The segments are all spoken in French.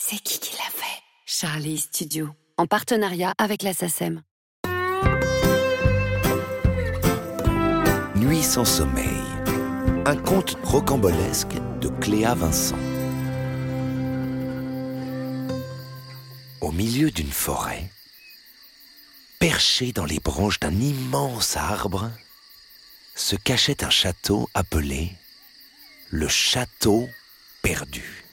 C'est qui l'a fait? Charlie Studio, en partenariat avec la SACEM. Nuit sans sommeil, un conte rocambolesque de Cléa Vincent. Au milieu d'une forêt, perché dans les branches d'un immense arbre, se cachait un château appelé le Château Perdu.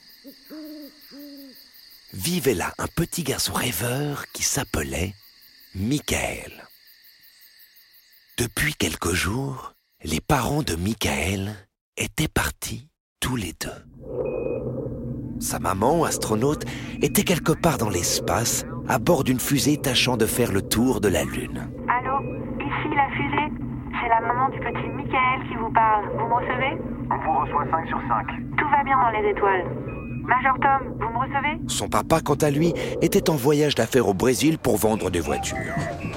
Vivait là un petit garçon rêveur qui s'appelait Michael. Depuis quelques jours, les parents de Michael étaient partis tous les deux. Sa maman, astronaute, était quelque part dans l'espace, à bord d'une fusée tâchant de faire le tour de la Lune. Allô, ici la fusée. C'est la maman du petit Michael qui vous parle. Vous me recevez? On vous reçoit 5 sur 5. Tout va bien dans les étoiles. Major Tom, vous me recevez? Son papa, quant à lui, était en voyage d'affaires au Brésil pour vendre des voitures.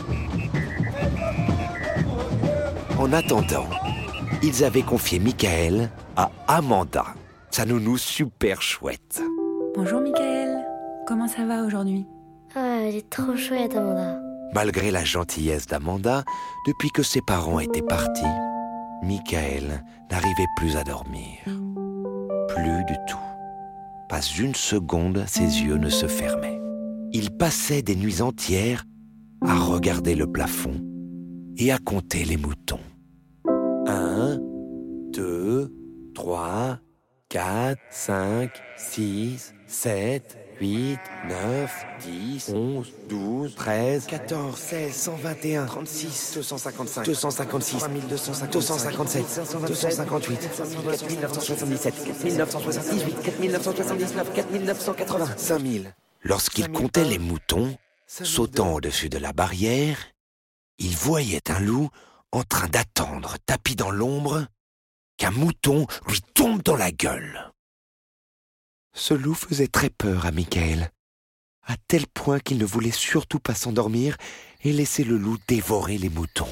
En attendant, ils avaient confié Michael à Amanda, sa nounou super chouette. Bonjour Michael, comment ça va aujourd'hui? Ah, elle est trop chouette, Amanda. Malgré la gentillesse d'Amanda, depuis que ses parents étaient partis, Michael n'arrivait plus à dormir. Plus du tout. Pas une seconde, ses yeux ne se fermaient. Il passait des nuits entières à regarder le plafond et à compter les moutons. 1, 2, 3, 4, 5, 6, 7, 8, 9, 10, 11, 12, 13, 14, 16, 121, 36, 255, 256, 3255, 257, 258, 4977, 4978, 4979, 4980, 5000. Lorsqu'il comptait les moutons, sautant au-dessus de la barrière, il voyait un loup en train d'attendre, tapi dans l'ombre, qu'un mouton lui tombe dans la gueule. Ce loup faisait très peur à Michael, à tel point qu'il ne voulait surtout pas s'endormir et laisser le loup dévorer les moutons.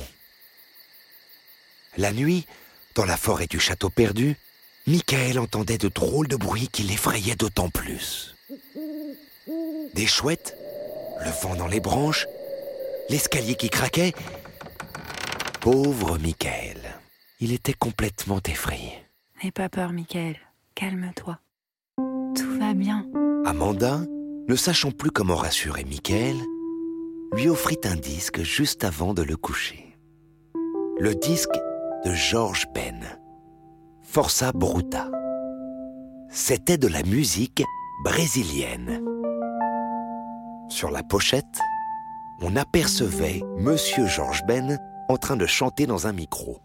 La nuit, dans la forêt du Château Perdu, Michael entendait de drôles de bruits qui l'effrayaient d'autant plus. Des chouettes, le vent dans les branches, l'escalier qui craquait. Pauvre Michael, il était complètement effrayé. N'aie pas peur Michael, calme-toi. Tout va bien. Amanda, ne sachant plus comment rassurer Michael, lui offrit un disque juste avant de le coucher. Le disque de George Ben, Força Bruta. C'était de la musique brésilienne. Sur la pochette, on apercevait Monsieur George Ben en train de chanter dans un micro.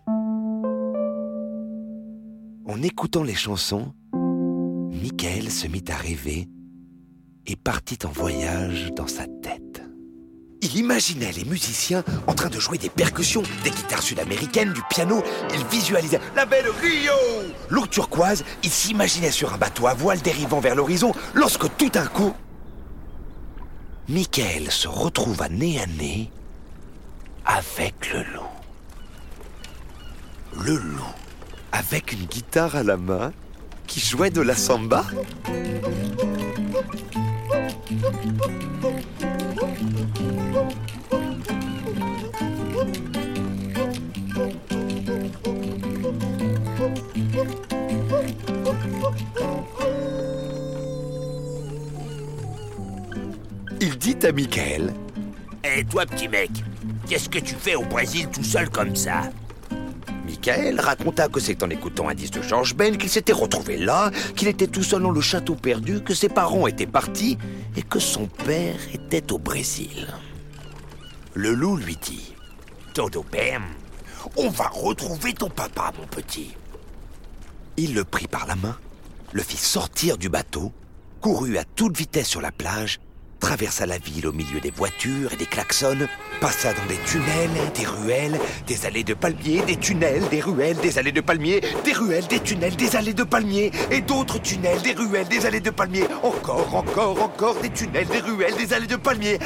En écoutant les chansons, Michael se mit à rêver et partit en voyage dans sa tête. Il imaginait les musiciens en train de jouer des percussions, des guitares sud-américaines, du piano. Il visualisait la baie de Rio, l'eau turquoise. Il s'imaginait sur un bateau à voile dérivant vers l'horizon lorsque tout d'un coup, Michael se retrouva nez à nez avec le loup. Le loup, avec une guitare à la main, qui jouait de la samba. Il dit à Michael: Hé, toi, petit mec, qu'est-ce que tu fais au Brésil tout seul comme ça? Michael raconta que c'est en écoutant un disque de George Ben qu'il s'était retrouvé là, qu'il était tout seul dans le château perdu, que ses parents étaient partis et que son père était au Brésil. Le loup lui dit: Todo bien, on va retrouver ton papa, mon petit. Il le prit par la main, le fit sortir du bateau, courut à toute vitesse sur la plage, traversa la ville au milieu des voitures et des klaxons, passa dans des tunnels, des ruelles, des allées de palmiers, des tunnels, des ruelles, des allées de palmiers, des ruelles, des tunnels, des allées de palmiers, et d'autres tunnels, des ruelles, des allées de palmiers, encore, des tunnels, des ruelles, des allées de palmiers.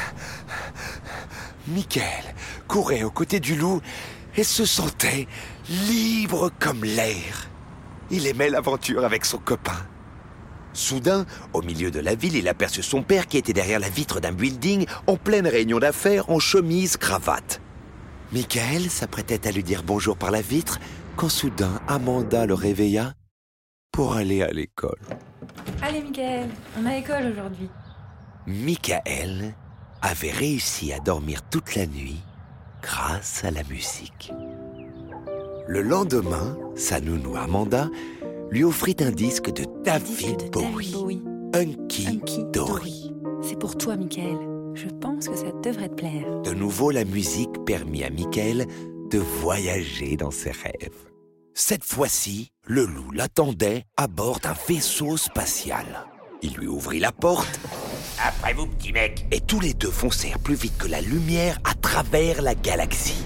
Michael courait aux côtés du loup et se sentait libre comme l'air. Il aimait l'aventure avec son copain. Soudain, au milieu de la ville, il aperçut son père qui était derrière la vitre d'un building, en pleine réunion d'affaires, en chemise, cravate. Michael s'apprêtait à lui dire bonjour par la vitre, quand soudain, Amanda le réveilla pour aller à l'école. Allez, Michael, on a école aujourd'hui. Michael avait réussi à dormir toute la nuit grâce à la musique. Le lendemain, sa nounou Amanda lui offrit un disque de David Bowie. Hunky Dory. C'est pour toi, Michael. Je pense que ça devrait te plaire. De nouveau, la musique permit à Michael de voyager dans ses rêves. Cette fois-ci, le loup l'attendait à bord d'un vaisseau spatial. Il lui ouvrit la porte. Après vous, petit mec. Et tous les deux foncèrent plus vite que la lumière à travers la galaxie.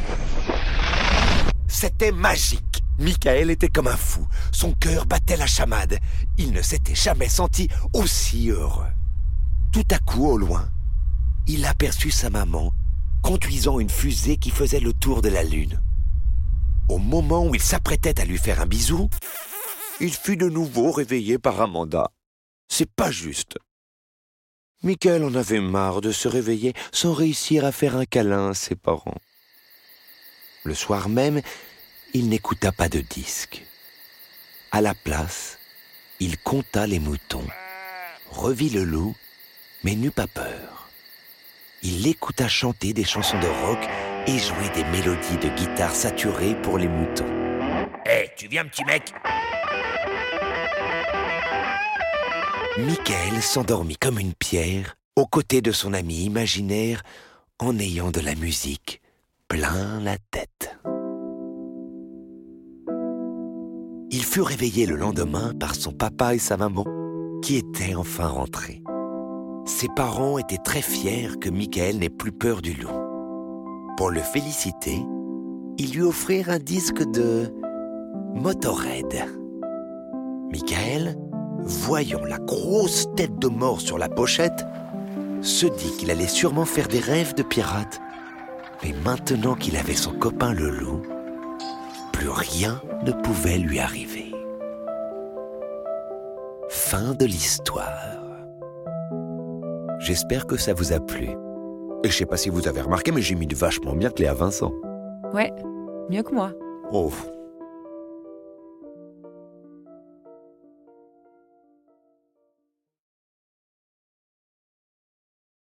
C'était magique. Michael était comme un fou. Son cœur battait la chamade. Il ne s'était jamais senti aussi heureux. Tout à coup, au loin, il aperçut sa maman conduisant une fusée qui faisait le tour de la Lune. Au moment où il s'apprêtait à lui faire un bisou, il fut de nouveau réveillé par Amanda. C'est pas juste. Michael en avait marre de se réveiller sans réussir à faire un câlin à ses parents. Le soir même, il n'écouta pas de disque. À la place, il compta les moutons, revit le loup, mais n'eut pas peur. Il l'écouta chanter des chansons de rock et jouer des mélodies de guitare saturée pour les moutons. Hé, tu viens, petit mec? Michael s'endormit comme une pierre aux côtés de son ami imaginaire en ayant de la musique plein la tête. Il fut réveillé le lendemain par son papa et sa maman, qui étaient enfin rentrés. Ses parents étaient très fiers que Michael n'ait plus peur du loup. Pour le féliciter, ils lui offrirent un disque de Motorhead. Michael, voyant la grosse tête de mort sur la pochette, se dit qu'il allait sûrement faire des rêves de pirate. Mais maintenant qu'il avait son copain le loup, plus rien ne pouvait lui arriver. Fin de l'histoire. J'espère que ça vous a plu. Et je sais pas si vous avez remarqué, mais j'ai mis vachement bien Cléa Vincent. Ouais, mieux que moi. Oh,